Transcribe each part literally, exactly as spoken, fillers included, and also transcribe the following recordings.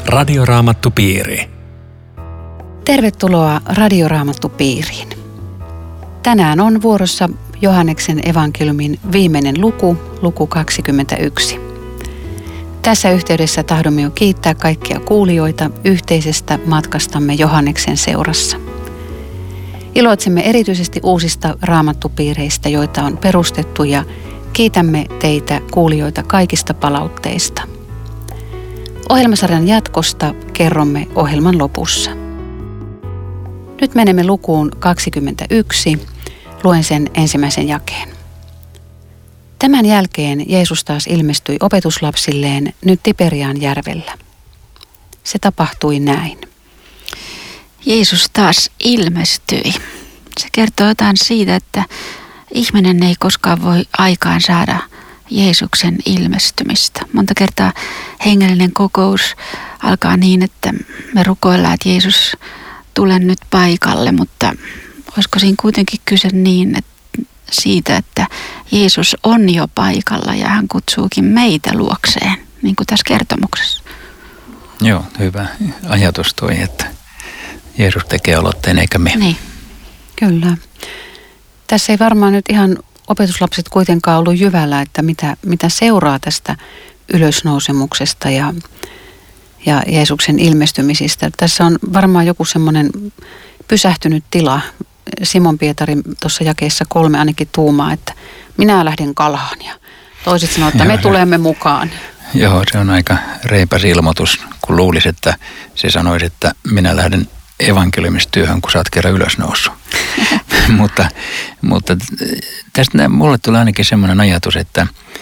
Radioraamattupiiri. Tervetuloa Radioraamattupiiriin. Tänään on vuorossa Johanneksen evankeliumin viimeinen luku, luku kaksikymmentäyksi. Tässä yhteydessä tahdomme jo kiittää kaikkia kuulijoita yhteisestä matkastamme Johanneksen seurassa. Iloitsemme erityisesti uusista raamattupiireistä, joita on perustettu, ja kiitämme teitä kuulijoita kaikista palautteista. Ohjelmasarjan jatkosta kerromme ohjelman lopussa. Nyt menemme lukuun kaksikymmentäyksi. Luen sen ensimmäisen jakeen. Tämän jälkeen Jeesus taas ilmestyi opetuslapsilleen nyt Tiberian järvellä. Se tapahtui näin. Jeesus taas ilmestyi. Se kertoo jotain siitä, että ihminen ei koskaan voi aikaan saada Jeesuksen ilmestymistä. Monta kertaa hengellinen kokous alkaa niin, että me rukoillaan, että Jeesus tule nyt paikalle, mutta olisiko siinä kuitenkin kyse niin, että siitä, että Jeesus on jo paikalla ja hän kutsuukin meitä luokseen, niin kuin tässä kertomuksessa. Joo, hyvä ajatus toi, että Jeesus tekee aloitteen eikä me. Niin. Kyllä. Tässä ei varmaan nyt ihan opetuslapset kuitenkaan ollut jyvällä, että mitä, mitä seuraa tästä ylösnousemuksesta ja, ja Jeesuksen ilmestymisistä. Tässä on varmaan joku semmoinen pysähtynyt tila. Simon Pietari tuossa jakeessa kolme ainakin tuumaa, että minä lähden kalaan, ja toiset sanoo, että Joo, me tulemme mukaan. Joo, se on aika reipas ilmoitus, kun luulisi, että se sanoisi, että minä lähden evankeliumistyöhön, kun sä oot kerran ylösnoussut. mutta, mutta tästä mulle tulee ainakin semmoinen ajatus, että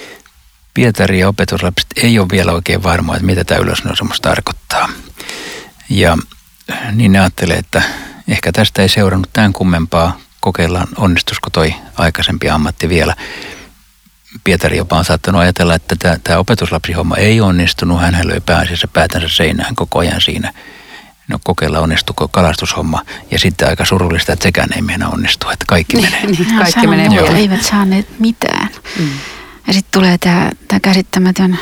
Pietari ja opetuslapset ei ole vielä oikein varmaa, että mitä tämä ylösnousemus tarkoittaa. Ja niin ne ajattelee, että ehkä tästä ei seurannut tämän kummempaa. Kokeillaan, onnistuisiko toi aikaisempi ammatti vielä. Pietari jopa on saattanut ajatella, että tämä, tämä opetuslapsihomma ei onnistunut. Hän löi pääasiassa päätänsä seinään koko ajan siinä. No kokeilla onnistuko kalastushomma. Ja sitten aika surullista, että sekään ei meinaa onnistua, että kaikki menee. Niin, kaikki menee vielä. Eivät saaneet mitään. Mm. Ja sitten tulee tämä, tämä käsittämätön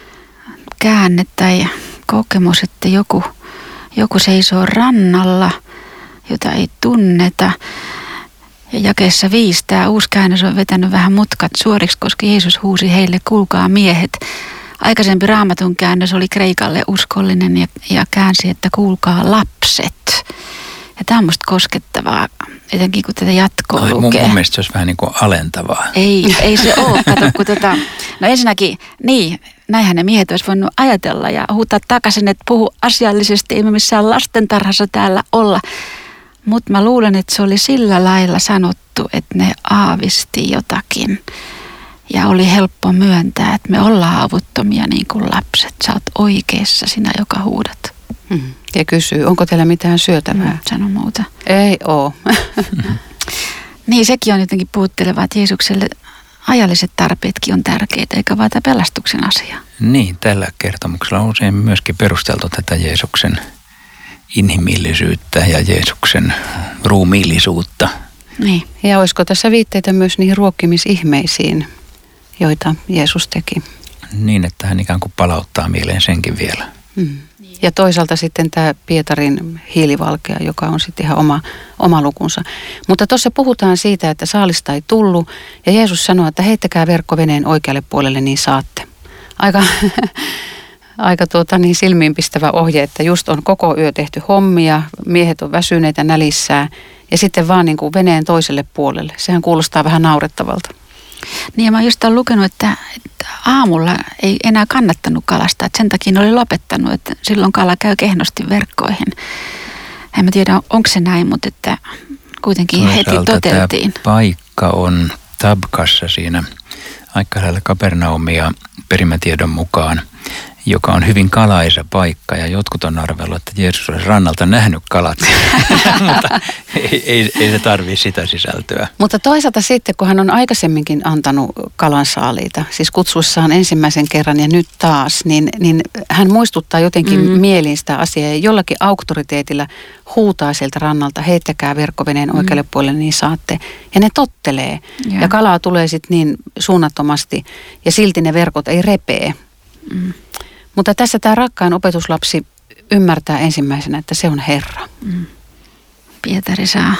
käänne tai kokemus, että joku, joku seisoo rannalla, jota ei tunneta. Ja jakeessa viisi tämä uusi käännös on vetänyt vähän mutkat suoriksi, koska Jeesus huusi heille, kuulkaa miehet. Aikaisempi Raamatun käännös oli kreikalle uskollinen ja, ja käänsi, että kuulkaa lapset. Ja tämä on musta koskettavaa, etenkin kun tätä jatkoa no, lukee. Mun, mun mielestä se olisi vähän niin kuin alentavaa. Ei, ei se ole. Kato, kun tota, no ensinnäkin, niin, näinhän ne miehet olisi voinut ajatella ja huutaa takaisin, että puhu asiallisesti, ei me missään lastentarhassa täällä olla. Mutta mä luulen, että se oli sillä lailla sanottu, että ne aavisti jotakin. Ja oli helppo myöntää, että me ollaan avuttomia niin kuin lapset. Sä oot oikeassa sinä, joka huudat. Hmm. Ja kysyy, onko teillä mitään syötävää? Hmm, sano muuta. Ei oo. Niin, sekin on jotenkin puhuttelevaa, että Jeesukselle ajalliset tarpeetkin on tärkeitä, eikä vaan tämä pelastuksen asia. Niin, tällä kertomuksella on usein myöskin perusteltu tätä Jeesuksen inhimillisyyttä ja Jeesuksen ruumiillisuutta. Niin. Ja olisiko tässä viitteitä myös niihin ruokkimisihmeisiin, joita Jeesus teki? Niin, että hän ikään kuin palauttaa mieleen senkin vielä. Mm. Ja toisaalta sitten tämä Pietarin hiilivalkea, joka on sitten ihan oma, oma lukunsa. Mutta tuossa puhutaan siitä, että saalista ei tullut, ja Jeesus sanoo, että heittäkää verkko veneen oikealle puolelle, niin saatte. Aika... Aika tuota, niin silmiinpistävä ohje, että just on koko yö tehty hommia, miehet on väsyneitä nälissään ja sitten vaan niin kuin veneen toiselle puolelle. Sehän kuulostaa vähän naurettavalta. Niin ja mä just olen lukenut, että, että aamulla ei enää kannattanut kalastaa, että sen takia ne oli lopettanut, että silloin kala käy kehnosti verkkoihin. En mä tiedä, onko se näin, mutta että kuitenkin heti toteltiin. Tämä paikka on Tabkassa siinä aika lähellä Kapernaumia perimätiedon mukaan, joka on hyvin kalaisa paikka, ja jotkut on arvellut, että Jeesus olisi rannalta nähnyt kalat, mutta ei, ei, ei se tarvitse sitä sisältöä. Mutta toisaalta sitten, kun hän on aikaisemminkin antanut kalansaaliita, siis kutsuissaan ensimmäisen kerran ja nyt taas, niin, niin hän muistuttaa jotenkin mm-hmm. mieliin sitä asiaa ja jollakin auktoriteetilla huutaa sieltä rannalta, heittäkää verkkoveneen mm-hmm. oikealle puolelle, niin saatte. Ja ne tottelee ja, ja kalaa tulee sitten niin suunnattomasti ja silti ne verkot ei repee. Mm. Mutta tässä tämä rakkaan opetuslapsi ymmärtää ensimmäisenä, että se on Herra. Mm. Pietari saa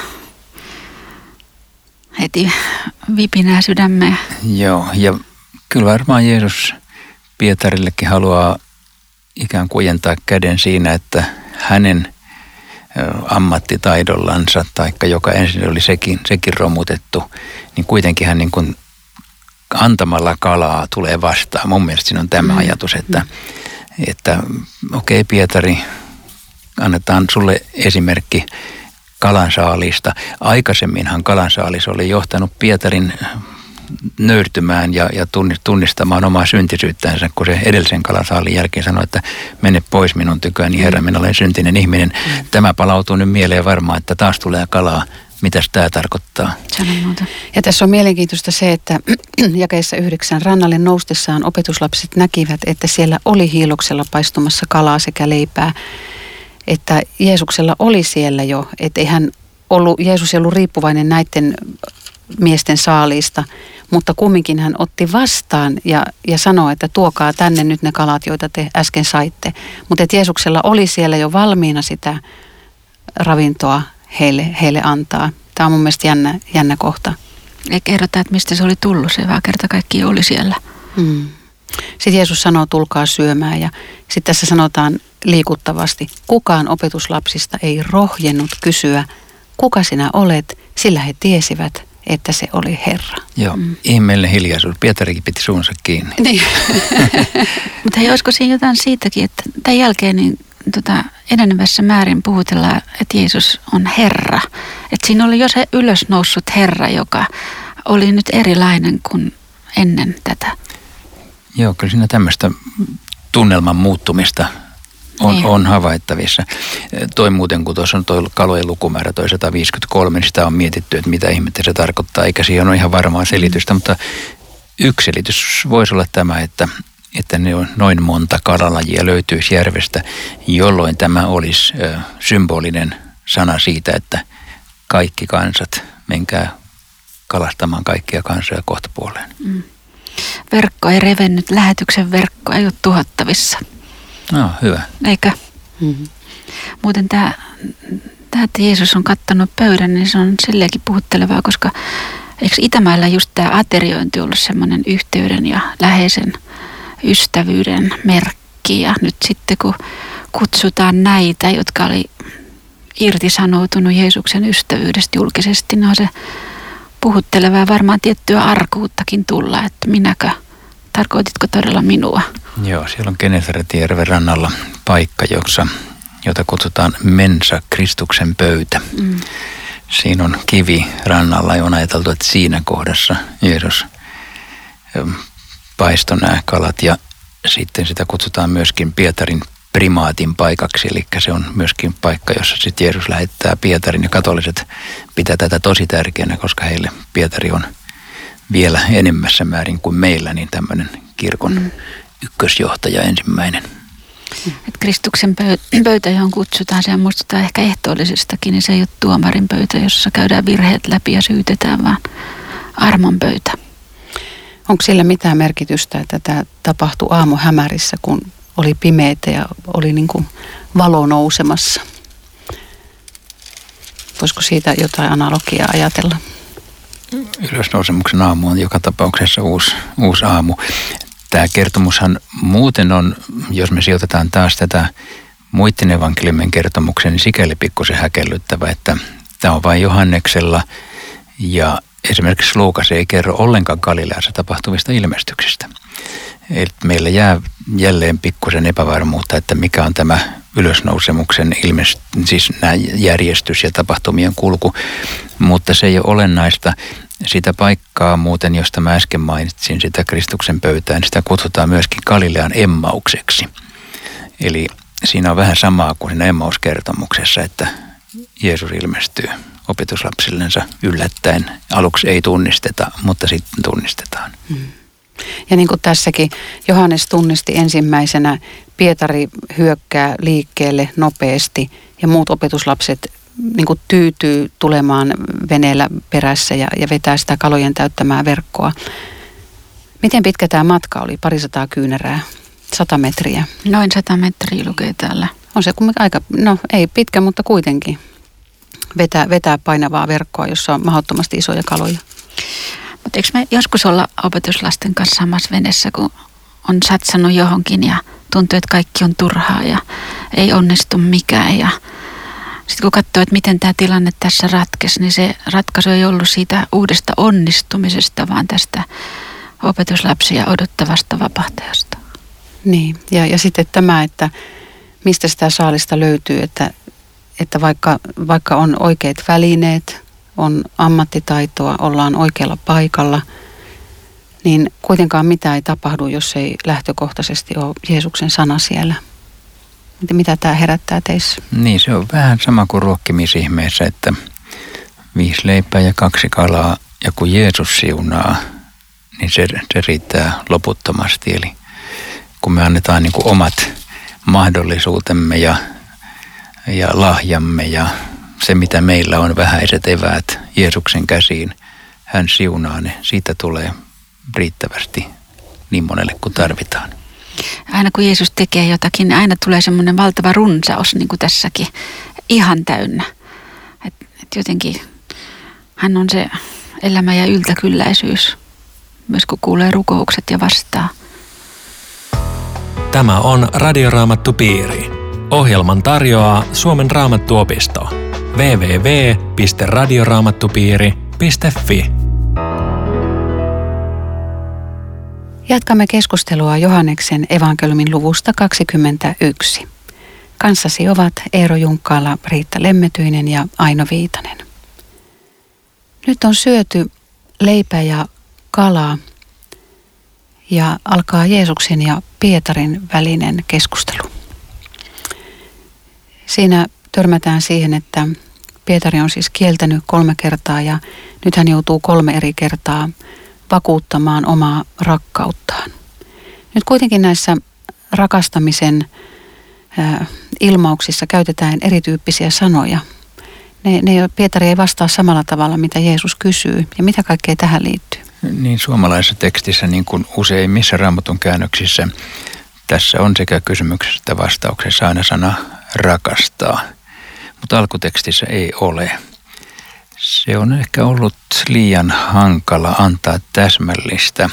heti vipinää sydämeen. Joo, ja kyllä varmaan Jeesus Pietarillekin haluaa ikään kuin ojentaa käden siinä, että hänen ammattitaidollansa, taikka joka ensin oli sekin, sekin romutettu, niin kuitenkin hän niin kuin antamalla kalaa tulee vastaan. Mun mielestä siinä on tämä mm. ajatus, että, että okei okay, Pietari, annetaan sulle esimerkki kalansaalista. Aikaisemminhan kalansaalis oli johtanut Pietarin nöyrtymään ja, ja tunnistamaan omaa syntisyyttänsä, kun se edellisen kalansaalin jälkeen sanoi, että mene pois minun tyköni, Herra, minä olen syntinen ihminen. Mm. Tämä palautuu nyt mieleen varmaan, että taas tulee kalaa. Mitäs tämä tarkoittaa? Ja tässä on mielenkiintoista se, että jakeessa yhdeksän rannalle noustessaan opetuslapset näkivät, että siellä oli hiiloksella paistumassa kalaa sekä leipää. Että Jeesuksella oli siellä jo, että ei hän ollut, Jeesus ei ollut riippuvainen näiden miesten saaliista, mutta kumminkin hän otti vastaan ja, ja sanoi, että tuokaa tänne nyt ne kalat, joita te äsken saitte. Mutta että Jeesuksella oli siellä jo valmiina sitä ravintoa heille, heille antaa. Tämä on mun mielestä jännä, jännä kohta. Ei kerrota, että mistä se oli tullut, se vaan kerta kaikki oli siellä. Hmm. Sitten Jeesus sanoo, tulkaa syömään, ja sitten tässä sanotaan liikuttavasti, kukaan opetuslapsista ei rohjennut kysyä, kuka sinä olet, sillä he tiesivät, että se oli Herra. Joo, mm. ihmeellinen hiljaisuus. Pietarikin piti suunsa kiinni. Niin. Mutta hei, olisiko siinä jotain siitäkin, että tämän jälkeen niin, tota, enenevässä määrin puhutellaan, että Jeesus on Herra. Että siinä oli jo se ylösnoussut Herra, joka oli nyt erilainen kuin ennen tätä. Joo, kyllä siinä tämmöistä tunnelman muuttumista on, niin. on havaittavissa. Toi muuten, kun tuossa on toi kalojen lukumäärä, toi sata viisikymmentäkolme, niin sitä on mietitty, että mitä ihmettä se tarkoittaa, eikä siihen ole ihan varmaa selitystä, mutta yksi selitys voisi olla tämä, että, että ne on noin monta kalalajia löytyisi järvestä, jolloin tämä olisi ö, symbolinen sana siitä, että kaikki kansat, menkää kalastamaan kaikkia kansoja kohta puoleen. Mm. Verkko ei revennyt, lähetyksen verkko ei ole tuhottavissa. No, hyvä. Eikö? Mm-hmm. Muuten tämä, tämä, että Jeesus on kattanut pöydän, niin se on silleenkin puhuttelevaa, koska eikö Itämaalla just tämä ateriointi ollut semmoinen yhteyden ja läheisen ystävyyden merkki. Ja nyt sitten kun kutsutaan näitä, jotka oli irtisanoutunut Jeesuksen ystävyydestä julkisesti, niin on se puhuttelevaa varmaan tiettyä arkuuttakin tulla, että minäkö, tarkoititko todella minua? Joo, siellä on Genesaretin järven rannalla paikka, jossa, jota kutsutaan Mensa, Kristuksen pöytä. Mm. Siinä on kivi rannalla ja on ajateltu, että siinä kohdassa Jeesus paistoi nämä kalat ja sitten sitä kutsutaan myöskin Pietarin primaatin paikaksi, eli se on myöskin paikka, jossa sitten Jeesus lähettää Pietarin ja katoliset pitää tätä tosi tärkeänä, koska heille Pietari on vielä enemmässä määrin kuin meillä, niin tämmöinen kirkon mm. ykkösjohtaja ensimmäinen. Et Kristuksen pöytä, johon kutsutaan, sehän muistutaan ehkä ehtoollisestakin, niin se ei ole tuomarin pöytä, jossa käydään virheet läpi ja syytetään, vaan armon pöytä. Onko sillä mitään merkitystä, että tämä tapahtui aamuhämärissä, kun oli pimeitä ja oli niin kuin valo nousemassa? Voisiko siitä jotain analogiaa ajatella? Ylösnousemuksen aamu on joka tapauksessa uusi, uusi aamu. Tämä kertomushan muuten on, jos me sijoitetaan taas tätä muiden evankeliumien kertomuksen, niin sikäli pikkusen häkellyttävä, että tämä on vain Johanneksella ja esimerkiksi Luukas ei kerro ollenkaan Galileassa tapahtuvista ilmestyksistä. Eli meillä jää jälleen pikkusen epävarmuutta, että mikä on tämä ylösnousemuksen ilmest, siis nämä järjestys ja tapahtumien kulku, mutta se ei ole olennaista. Sitä paikkaa muuten, josta mä äsken mainitsin, sitä Kristuksen pöytää, niin sitä kutsutaan myöskin Galilean Emmaukseksi. Eli siinä on vähän samaa kuin siinä Emmaus-kertomuksessa, että Jeesus ilmestyy opetuslapsillensa yllättäen. Aluksi ei tunnisteta, mutta sitten tunnistetaan. Hmm. Ja niin kuin tässäkin Johannes tunnisti ensimmäisenä, Pietari hyökkää liikkeelle nopeasti ja muut opetuslapset niin kuin tyytyy tulemaan veneellä perässä ja, ja vetää sitä kalojen täyttämää verkkoa. Miten pitkä tämä matka oli? Parisataa kyynärää, sata metriä? Noin sata metriä lukee täällä. On se kumminkin aika, no ei pitkä, mutta kuitenkin vetää, vetää painavaa verkkoa, jossa on mahdottomasti isoja kaloja. Mutta eikö me joskus olla opetuslasten kanssa samassa veneessä, kun on satsannut johonkin ja tuntuu, että kaikki on turhaa ja ei onnistu mikään. Ja sitten kun katsoo, että miten tämä tilanne tässä ratkesi, niin se ratkaisu ei ollut siitä uudesta onnistumisesta, vaan tästä opetuslapsia odottavasta vapahtajasta. Niin, ja, ja sitten tämä, että mistä sitä saalista löytyy, että, että vaikka, vaikka on oikeat välineet, on ammattitaitoa, ollaan oikealla paikalla, niin kuitenkaan mitään ei tapahdu, jos ei lähtökohtaisesti ole Jeesuksen sana siellä. Mitä tämä herättää teissä? Niin, se on vähän sama kuin ruokkimisihmeessä, että viisi leipää ja kaksi kalaa, ja kun Jeesus siunaa, niin se, se riittää loputtomasti. Eli kun me annetaan niin kuin omat mahdollisuutemme ja, ja lahjamme ja se, mitä meillä on, vähäiset eväät Jeesuksen käsiin, hän siunaa ne. Siitä tulee riittävästi niin monelle kuin tarvitaan. Aina kun Jeesus tekee jotakin, niin aina tulee semmoinen valtava runsaus, niin kuin tässäkin, ihan täynnä. Et, et jotenkin hän on se elämä ja yltäkylläisyys, myös kun kuulee rukoukset ja vastaa. Tämä on Radioraamattupiiri. Ohjelman tarjoaa Suomen Raamattuopisto. double-u double-u double-u piste radioraamattupiiri piste fi. Jatkamme keskustelua Johanneksen evankeliumin luvusta kaksikymmentäyksi. Kanssasi ovat Eero Junkkaala, Riitta Lemmetyinen ja Aino Viitanen. Nyt on syöty leipä ja kalaa ja alkaa Jeesuksen ja Pietarin välinen keskustelu. Siinä törmätään siihen, että Pietari on siis kieltänyt kolme kertaa ja nyt hän joutuu kolme eri kertaa vakuuttamaan omaa rakkauttaan. Nyt kuitenkin näissä rakastamisen äh, ilmauksissa käytetään erityyppisiä sanoja. Ne, ne, Pietari ei vastaa samalla tavalla, mitä Jeesus kysyy ja mitä kaikkea tähän liittyy. Niin suomalaisessa tekstissä, niin kuin useimmissa Raamatun käännöksissä, tässä on sekä kysymyksessä että vastauksessa aina sana rakastaa, mutta alkutekstissä ei ole. Se on ehkä ollut liian hankala antaa täsmällistä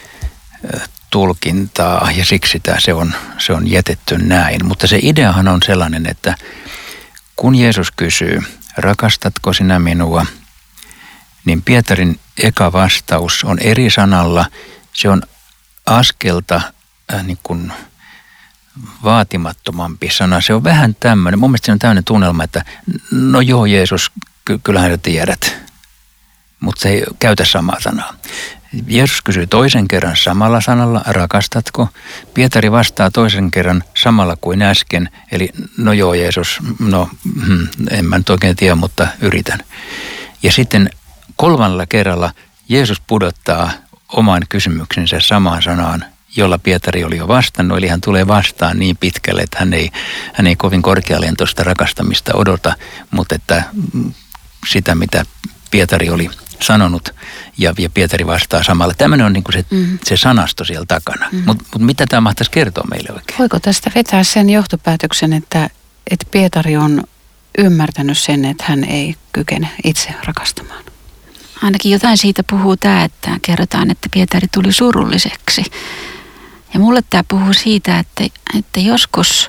tulkintaa ja siksi tämä se on, se on jätetty näin. Mutta se ideahan on sellainen, että kun Jeesus kysyy, rakastatko sinä minua, niin Pietarin eka vastaus on eri sanalla. Se on askelta äh, niin kuin vaatimattomampi sana. Se on vähän tämmöinen, mun mielestä se on tämmöinen tunnelma, että no joo Jeesus, ky- kyllähän sä tiedät, mutta se ei käytä samaa sanaa. Jeesus kysyy toisen kerran samalla sanalla, rakastatko? Pietari vastaa toisen kerran samalla kuin äsken, eli no joo Jeesus, no hmm, en mä nyt oikein tiedä, mutta yritän. Ja sitten kolmannella kerralla Jeesus pudottaa oman kysymyksensä samaan sanaan, jolla Pietari oli jo vastannut, eli hän tulee vastaan niin pitkälle, että hän ei, hän ei kovin korkealentoista rakastamista odota, mutta että sitä, mitä Pietari oli sanonut, ja, ja Pietari vastaa samalla. Tämmöinen on niin kuin se, mm. se sanasto siellä takana. Mm. Mutta mut mitä tämä mahtaisi kertoa meille oikein? Voiko tästä vetää sen johtopäätöksen, että, että Pietari on ymmärtänyt sen, että hän ei kykene itse rakastamaan? Ainakin jotain siitä puhuu tämä, että kerrotaan, että Pietari tuli surulliseksi. Ja mulle tämä puhuu siitä, että, että joskus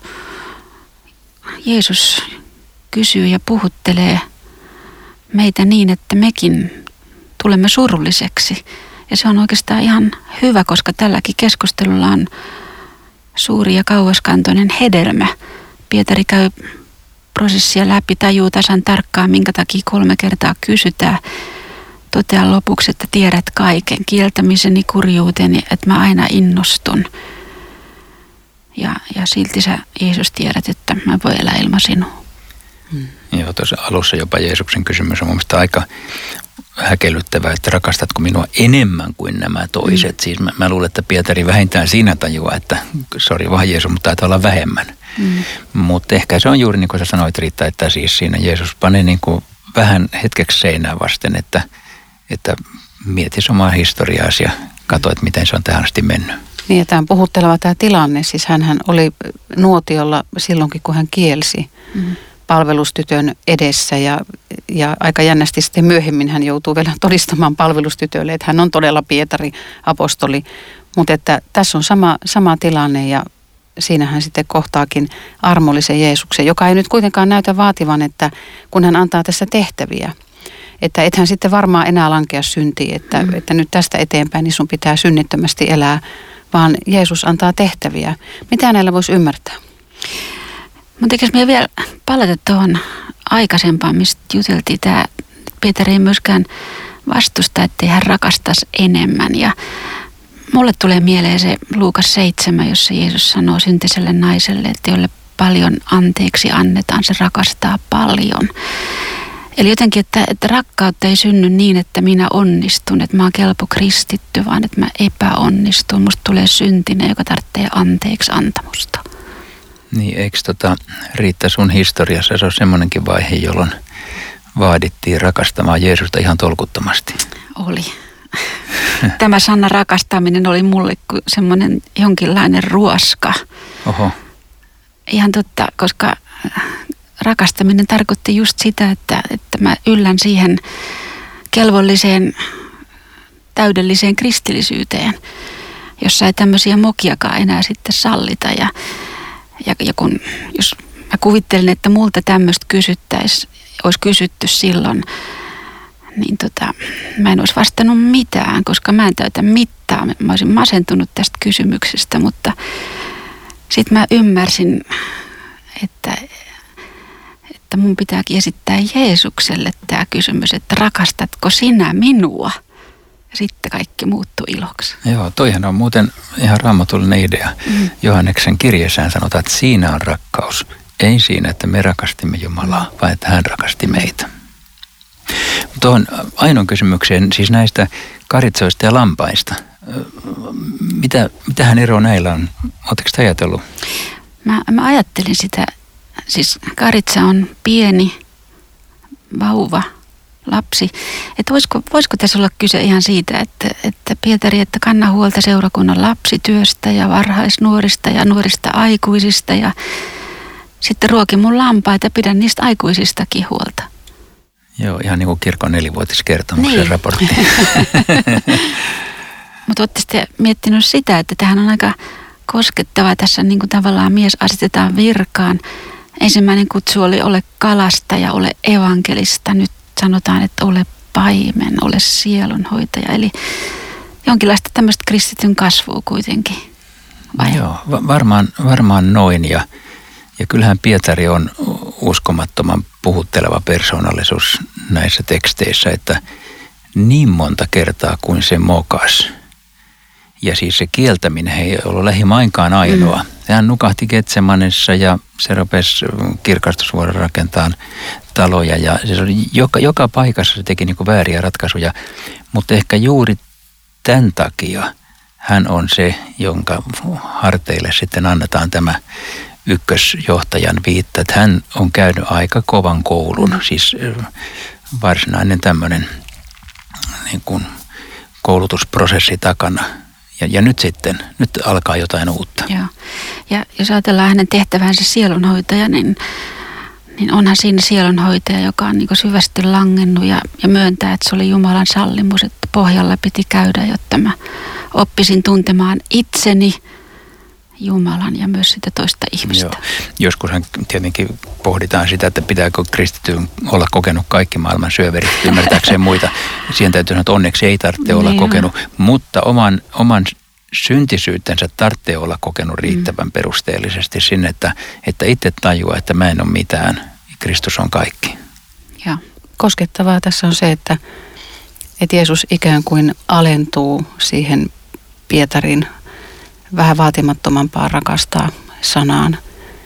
Jeesus kysyy ja puhuttelee meitä niin, että mekin tulemme surulliseksi. Ja se on oikeastaan ihan hyvä, koska tälläkin keskustelulla on suuri ja kauaskantoinen hedelmä. Pietari käy prosessia läpi, tajuu tasan tarkkaan, minkä takia kolme kertaa kysytään. Totean lopuksi, että tiedät kaiken, kieltämiseni, kurjuuteni, että mä aina innostun. Ja, ja silti sä, Jeesus, tiedät, että mä voin elää ilman sinua. Hmm. Joo, tuossa alussa jopa Jeesuksen kysymys on mun mielestä aika häkellyttävää, että rakastatko minua enemmän kuin nämä toiset. Hmm. Siis mä, mä luulen, että Pietari vähintään siinä tajuaa, että sori vaan Jeesus, mutta taitaa olla vähemmän. Hmm. Mutta ehkä se on juuri niin kuin sä sanoit, Riitta, että siis siinä Jeesus panee niin kuin vähän hetkeksi seinää vasten, että että mietisi omaa historiaasi ja katso, että miten se on tähän asti mennyt. Niin, ja tämä on puhutteleva tämä tilanne. Siis hänhän oli nuotiolla silloinkin, kun hän kielsi mm. palvelustytön edessä. Ja, ja aika jännästi sitten myöhemmin hän joutuu vielä todistamaan palvelustytölle, että hän on todella Pietari, apostoli. Mutta että tässä on sama, sama tilanne ja siinä hän sitten kohtaakin armollisen Jeesuksen, joka ei nyt kuitenkaan näytä vaativan, että kun hän antaa tässä tehtäviä, että et hän sitten varmaan enää lankea syntiin, että, mm. että nyt tästä eteenpäin niin sun pitää synnittömästi elää, vaan Jeesus antaa tehtäviä. Mitä näillä voisi ymmärtää? Mutta eikös me vielä palata tuohon aikaisempaan, mistä juteltiin. Tämä Pietari ei myöskään vastusta, ettei hän rakastaisi enemmän. Ja mulle tulee mieleen se Luukas seitsemän, jossa Jeesus sanoo syntiselle naiselle, että jolle paljon anteeksi annetaan, se rakastaa paljon. Eli jotenkin, että, että rakkautta ei synny niin, että minä onnistun, että mä oon kelpo kristitty, vaan että mä epäonnistun. Musta tulee syntinen, joka tarvitsee anteeksi antamusta. Niin, eikö tota, Riitta sun historiassa se on semmoinenkin vaihe, jolloin vaadittiin rakastamaan Jeesusta ihan tolkuttomasti? Oli. Tämä sana rakastaminen oli mulle semmoinen jonkinlainen ruoska. Oho. Ihan totta, koska rakastaminen tarkoitti just sitä, että, että mä yllän siihen kelvolliseen, täydelliseen kristillisyyteen, jossa ei tämmöisiä mokiakaan enää sitten sallita. Ja, ja, ja kun, jos mä kuvittelin, että multa tämmöistä kysyttäisiin, olisi kysytty silloin, niin tota, mä en olisi vastannut mitään, koska mä en täytä mittaa. Mä olisin masentunut tästä kysymyksestä, mutta sitten mä ymmärsin, että, että mun pitääkin esittää Jeesukselle tämä kysymys, että rakastatko sinä minua? Ja sitten kaikki muuttuu iloksi. Joo, toihan on muuten ihan raamatullinen idea. Mm. Johanneksen kirjeessään sanotaan, että siinä on rakkaus. Ei siinä, että me rakastimme Jumalaa, vaan että hän rakasti meitä. Tuohon ainoan kysymykseen, siis näistä karitsoista ja lampaista. Mitä, mitähän eroa näillä on? Oletteko te ajatellut? Mä, mä ajattelin sitä, siis karitsa on pieni vauva, lapsi. Että voisiko, voisiko tässä olla kyse ihan siitä, että, että Pietari, että kanna huolta seurakunnan lapsityöstä ja varhaisnuorista ja nuorista aikuisista ja sitten ruoki mun lampaita ja pidän niistä aikuisistakin huolta. Joo, ihan niin kuin kirkon nelivuotiskertomuksen niin. raportti. Mutta olette sitten miettinyt sitä, että tämähän on aika koskettavaa. Tässä niin kuin tavallaan mies asetetaan virkaan. Ensimmäinen kutsu oli ole kalastaja, ole evankelista. Nyt sanotaan, että ole paimen, ole sielunhoitaja. Eli jonkinlaista tämmöistä kristityn kasvua kuitenkin. Vai? Joo, varmaan, varmaan noin. Ja, ja kyllähän Pietari on uskomattoman puhutteleva persoonallisuus näissä teksteissä, että niin monta kertaa kuin se mokas. Ja siis se kieltäminen ei ollut lähimainkaan ainoa. Mm. Hän nukahti Getsemanessa ja se rupesi kirkastusvuoron rakentamaan taloja. Ja siis joka, joka paikassa se teki niin kuin vääriä ratkaisuja. Mutta ehkä juuri tämän takia hän on se, jonka harteille sitten annetaan tämä ykkösjohtajan viitta. Että hän on käynyt aika kovan koulun, mm. siis varsinainen tämmöinen niin kuin koulutusprosessi takana. Ja, ja nyt sitten, nyt alkaa jotain uutta. Joo. Ja jos ajatellaan hänen tehtävänsä sielunhoitaja, niin, niin onhan siinä sielunhoitaja, joka on niin kuin syvästi langennut ja, ja myöntää, että se oli Jumalan sallimus, että pohjalla piti käydä, jotta mä oppisin tuntemaan itseni, Jumalan ja myös sitä toista ihmistä. Joo. Joskushan tietenkin pohditaan sitä, että pitääkö kristityn olla kokenut kaikki maailman syöverit ymmärtääkseen muita. Siihen täytyy sanoa, että onneksi ei tarvitse olla niin kokenut, mutta oman, oman syntisyytensä tarvitsee olla kokenut riittävän mm. perusteellisesti sinne, että, että itse tajuaa, että mä en ole mitään, Kristus on kaikki. Ja koskettavaa tässä on se, että, että Jeesus ikään kuin alentuu siihen Pietarin vähän vaatimattomampaa rakastaa sanaan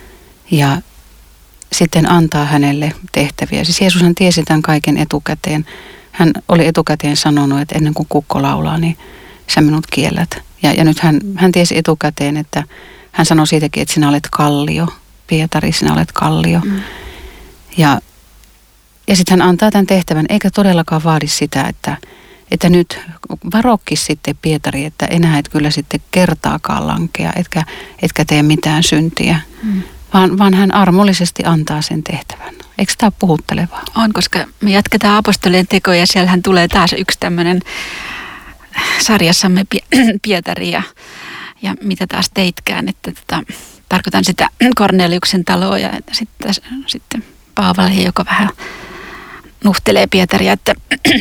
ja sitten antaa hänelle tehtäviä. Siis Jeesushan tiesi tämän kaiken etukäteen. Hän oli etukäteen sanonut, että ennen kuin kukko laulaa, niin sä minut kiellät. Ja, ja nyt hän, hän tiesi etukäteen, että hän sanoi siitäkin, että sinä olet kallio. Pietari, sinä olet kallio. Mm. Ja, ja sitten hän antaa tämän tehtävän, eikä todellakaan vaadi sitä, että, että nyt varokkis sitten Pietari, että enää et kyllä sitten kertaakaan lankea, etkä, etkä tee mitään syntiä, mm. vaan, vaan hän armollisesti antaa sen tehtävän. Eikö tämä ole puhuttelevaa? On, koska me jatketaan apostolien tekoja ja siellähän tulee taas yksi tämmöinen sarjassamme Pietari ja, ja mitä taas teitkään, että tota, tarkoitan sitä Korneliuksen taloa ja sitten, sitten Paavalia, joka vähän nuhtelee Pietaria, että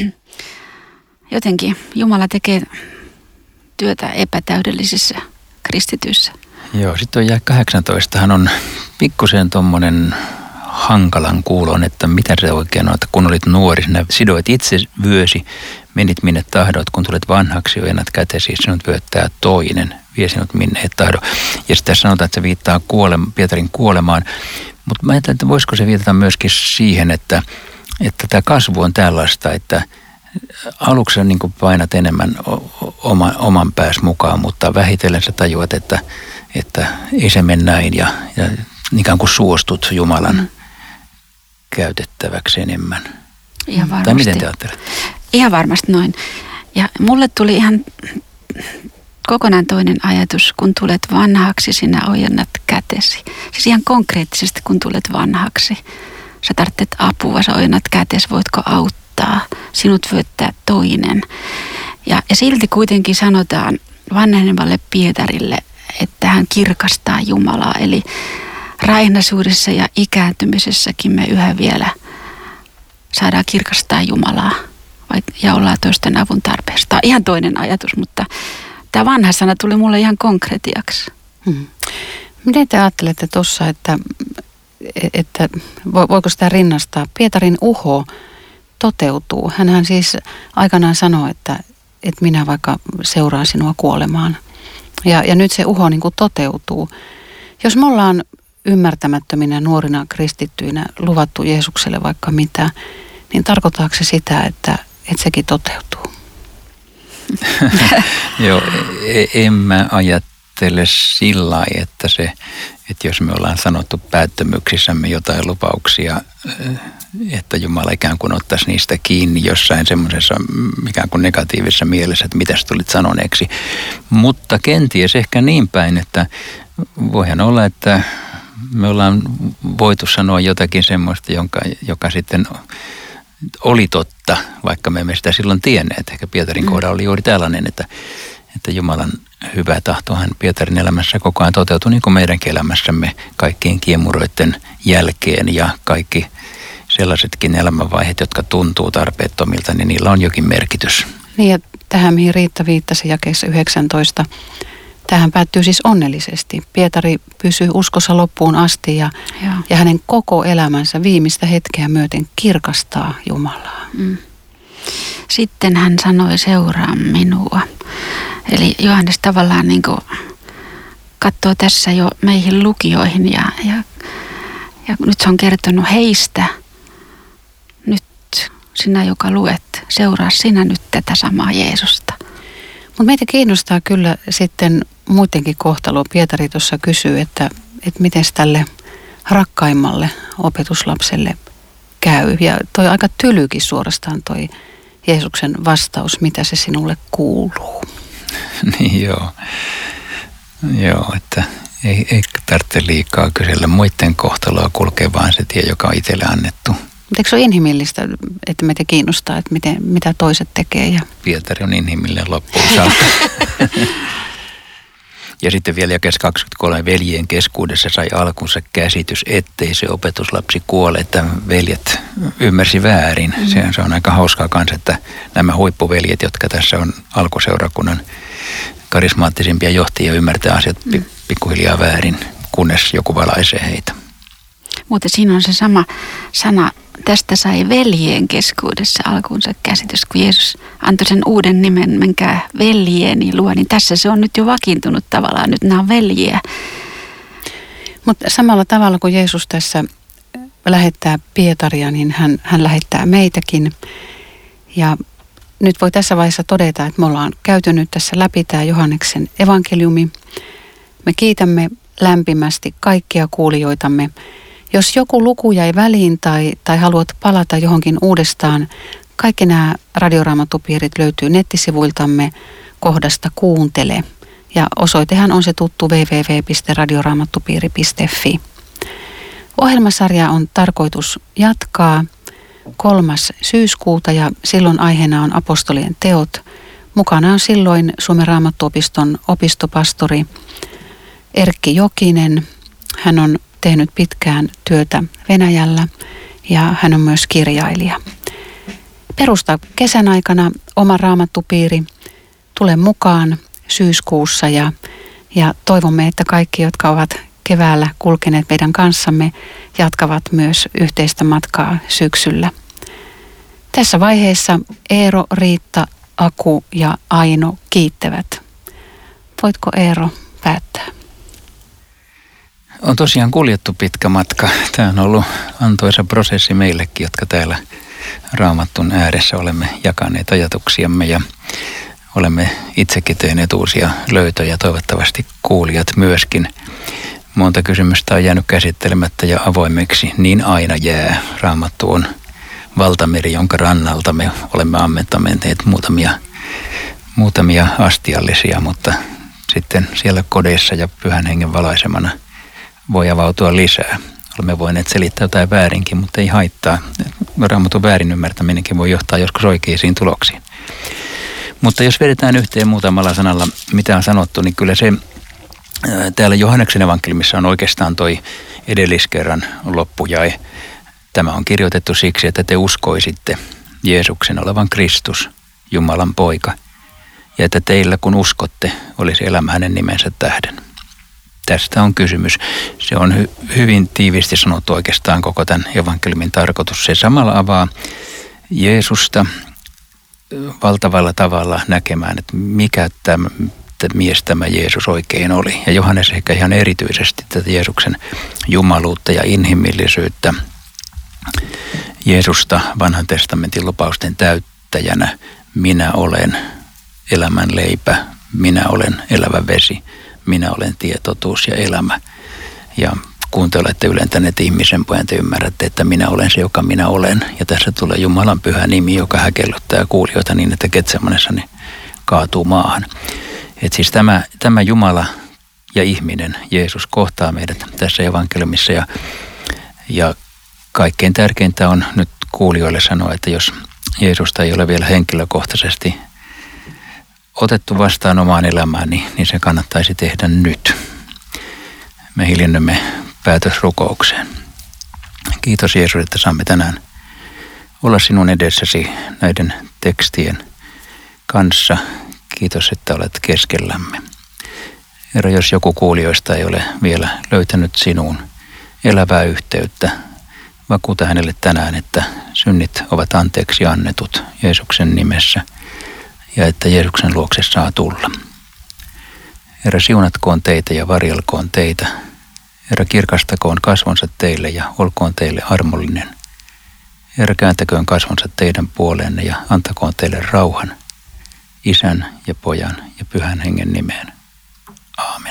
jotenkin Jumala tekee työtä epätäydellisissä kristityissä. Joo, sitten on jää kahdeksantoista. Hän on pikkusen tommonen hankalan kuulon, että mitä se oikein on, että kun olit nuori, sinä sidoit itse vyösi, menit minne tahdot, kun tulet vanhaksi, ojennat kätesi, sinut vyöttää toinen, vie sinut minne et tahdo. Ja sitten sanotaan, että se viittaa kuolema, Pietarin kuolemaan, mutta mä ajattelen, että voisiko se viitata myöskin siihen, että, että tämä kasvu on tällaista, että aluksi niin kuin painat enemmän oma, oman pääs mukaan, mutta vähitellen sä tajuat, että, että ei se mene näin ja, ja ikään kuin suostut Jumalan mm. käytettäväksi enemmän. Ihan varmasti. Tai miten te ajattelette? Ihan varmasti noin. Ja mulle tuli ihan kokonaan toinen ajatus, kun tulet vanhaksi, sinä ojennat kätesi. Siis ihan konkreettisesti, kun tulet vanhaksi. Sä tarvitset apua, sä ojennat kätesi, voitko auttaa? Sinut vyöttää toinen. Ja, ja silti kuitenkin sanotaan vanhenevalle Pietarille, että hän kirkastaa Jumalaa. Eli raihnaisuudessa ja ikääntymisessäkin me yhä vielä saadaan kirkastaa Jumalaa ja ollaan toisten avun tarpeesta. Tämä on ihan toinen ajatus, mutta tämä vanha sana tuli mulle ihan konkretiaksi. Hmm. Miten te ajattelette tuossa, että, että voiko sitä rinnastaa? Pietarin uho toteutuu. Hänhän siis aikanaan sanoi, että, että minä vaikka seuraan sinua kuolemaan. Ja, ja nyt se uho niin kuin toteutuu. Jos me ollaan ymmärtämättöminä nuorina kristittyinä luvattu Jeesukselle vaikka mitä, niin tarkoittaako se sitä, että, että sekin toteutuu? Joo, en mä ajattele sillä lailla, että se, että jos me ollaan sanottu päättömyyksissämme jotain lupauksia, että Jumala ikään kuin ottaisi niistä kiinni jossain semmoisessa ikään kuin negatiivisessa mielessä, että mitäs tulit sanoneeksi. Mutta kenties ehkä niin päin, että voihan olla, että me ollaan voitu sanoa jotakin semmoista, jonka, joka sitten oli totta, vaikka me emme sitä silloin tienneet. Ehkä Pietarin mm. kohdalla oli juuri tällainen, että, että Jumalan hyvä tahtohan Pietarin elämässä koko ajan toteutui, niin kuin meidänkin elämässämme kaikkien kiemuroiden jälkeen ja kaikki sellaisetkin elämänvaiheet, jotka tuntuu tarpeettomilta, niin niillä on jokin merkitys. Niin ja tähän, mihin Riitta viittasi jakeessa yhdeksäntoista, tähän päättyy siis onnellisesti. Pietari pysyy uskossa loppuun asti ja, ja hänen koko elämänsä viimeistä hetkeä myöten kirkastaa Jumalaa. Mm. Sitten hän sanoi, seuraa minua. Eli Johannes tavallaan niin kuin katsoo tässä jo meihin lukijoihin ja, ja, ja nyt se on kertonut heistä. Nyt sinä, joka luet, seuraa sinä nyt tätä samaa Jeesusta. Mutta meitä kiinnostaa kyllä sitten muidenkin kohtalo. Pietari tuossa kysyy, että, että miten tälle rakkaimmalle opetuslapselle käy. Ja toi aika tylykin suorastaan toi Jeesuksen vastaus, mitä se sinulle kuuluu. Niin joo. Joo, että ei, ei tarvitse liikaa kysellä muiden kohtaloa, kulkee vaan se tie, joka on itselle annettu. Mutta eikö se ole inhimillistä, että meitä kiinnostaa, että miten, mitä toiset tekee? Ja... Pietari on inhimillinen loppuun saakka. Ja sitten vielä jakeessa kaksikymmentäkolme, veljien keskuudessa sai alkunsa käsitys, ettei se opetuslapsi kuole, että veljet ymmärsi väärin. Mm. Se, se on aika hauskaa kanssa, että nämä huippuveljet, jotka tässä on alkuseurakunnan karismaattisimpia johtajia, ymmärtää asiat mm. pikkuhiljaa väärin, kunnes joku valaisee heitä. Mutta siinä on se sama sana, tästä sai veljien keskuudessa alkuunsa käsitys, kun Jeesus antoi sen uuden nimen, menkää veljeeni luo, niin tässä se on nyt jo vakiintunut tavallaan, nyt nämä on veljiä. Mutta samalla tavalla kuin Jeesus tässä lähettää Pietaria, niin hän, hän lähettää meitäkin. Ja nyt voi tässä vaiheessa todeta, että me ollaan käyty nyt tässä läpi tämä Johanneksen evankeliumi. Me kiitämme lämpimästi kaikkia kuulijoitamme. Jos joku luku jäi väliin tai, tai haluat palata johonkin uudestaan, Kaikki nämä radioraamattupiirit löytyy nettisivuiltamme kohdasta Kuuntele. Ja osoitehan on se tuttu double-u double-u double-u piste radioraamattupiiri piste fi. Ohjelmasarja on tarkoitus jatkaa kolmas syyskuuta ja silloin aiheena on apostolien teot. Mukana on silloin Suomen Raamattuopiston opistopastori Erkki Jokinen. Hän on tehnyt pitkään työtä Venäjällä ja hän on myös kirjailija. Perusta kesän aikana oma raamattupiiri. Tule mukaan syyskuussa ja, ja toivomme, että kaikki, jotka ovat keväällä kulkeneet meidän kanssamme, jatkavat myös yhteistä matkaa syksyllä. Tässä vaiheessa Eero, Riitta, Aku ja Aino kiittävät. Voitko Eero päättää? On tosiaan kuljettu pitkä matka. Tämä on ollut antoisa prosessi meillekin, jotka täällä Raamattun ääressä olemme jakaneet ajatuksiamme ja olemme itsekin tehneet uusia löytöjä, toivottavasti kuulijat myöskin. Monta kysymystä on jäänyt käsittelemättä ja avoimeksi, niin aina jää. Raamattu on valtameri, jonka rannalta me olemme ammentaneet muutamia, muutamia astiallisia, mutta sitten siellä kodeissa ja Pyhän Hengen valaisemana voi avautua lisää. Olemme voineet selittää jotain väärinkin, mutta ei haittaa. Raamatun väärin ymmärtäminenkin voi johtaa joskus oikeisiin tuloksiin. Mutta jos vedetään yhteen muutamalla sanalla, mitä on sanottu, niin kyllä se täällä Johanneksen evankeliumissa on oikeastaan toi edelliskerran loppujae. Tämä on kirjoitettu siksi, että te uskoisitte Jeesuksen olevan Kristus, Jumalan poika, ja että teillä kun uskotte, olisi elämä hänen nimensä tähden. Tästä on kysymys. Se on hy- hyvin tiiviisti sanottu oikeastaan koko tämän evankeliumin tarkoitus. Se samalla avaa Jeesusta valtavalla tavalla näkemään, että mikä tämä mies tämä Jeesus oikein oli. Ja Johannes ehkä ihan erityisesti tätä Jeesuksen jumaluutta ja inhimillisyyttä, Jeesusta vanhan testamentin lupausten täyttäjänä. Minä olen elämän leipä, minä olen elävä vesi, minä olen tie, totuus ja elämä. Ja kun te olette ylentäneet ihmisen pojan, te ymmärrätte, että minä olen se, joka minä olen. Ja tässä tulee Jumalan pyhä nimi, joka häkellyttää kuulijoita niin, että Getsemanessa ne kaatuu maahan. Et siis tämä, tämä Jumala ja ihminen, Jeesus, kohtaa meidät tässä evankeliumissa. Ja, ja kaikkein tärkeintä on nyt kuulijoille sanoa, että jos Jeesusta ei ole vielä henkilökohtaisesti otettu vastaan omaan elämään, niin, niin se kannattaisi tehdä nyt. Me hiljennymme päätösrukoukseen. Kiitos Jeesus, että saamme tänään olla sinun edessäsi näiden tekstien kanssa. Kiitos, että olet keskellämme. Herra, jos joku kuulijoista ei ole vielä löytänyt sinuun elävää yhteyttä, vakuuta hänelle tänään, että synnit ovat anteeksi annetut Jeesuksen nimessä ja että Jeesuksen luokse saa tulla. Herra, siunatkoon teitä ja varjelkoon teitä. Herra, kirkastakoon kasvonsa teille ja olkoon teille armollinen. Herra, kääntäköön kasvonsa teidän puoleenne ja antakoon teille rauhan. Isän ja Pojan ja Pyhän Hengen nimeen. Aamen.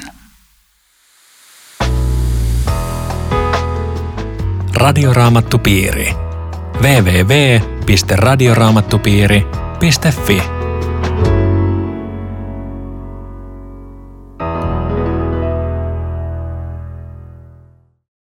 Radioraamattupiiri. double-u double-u double-u piste radioraamattupiiri piste fi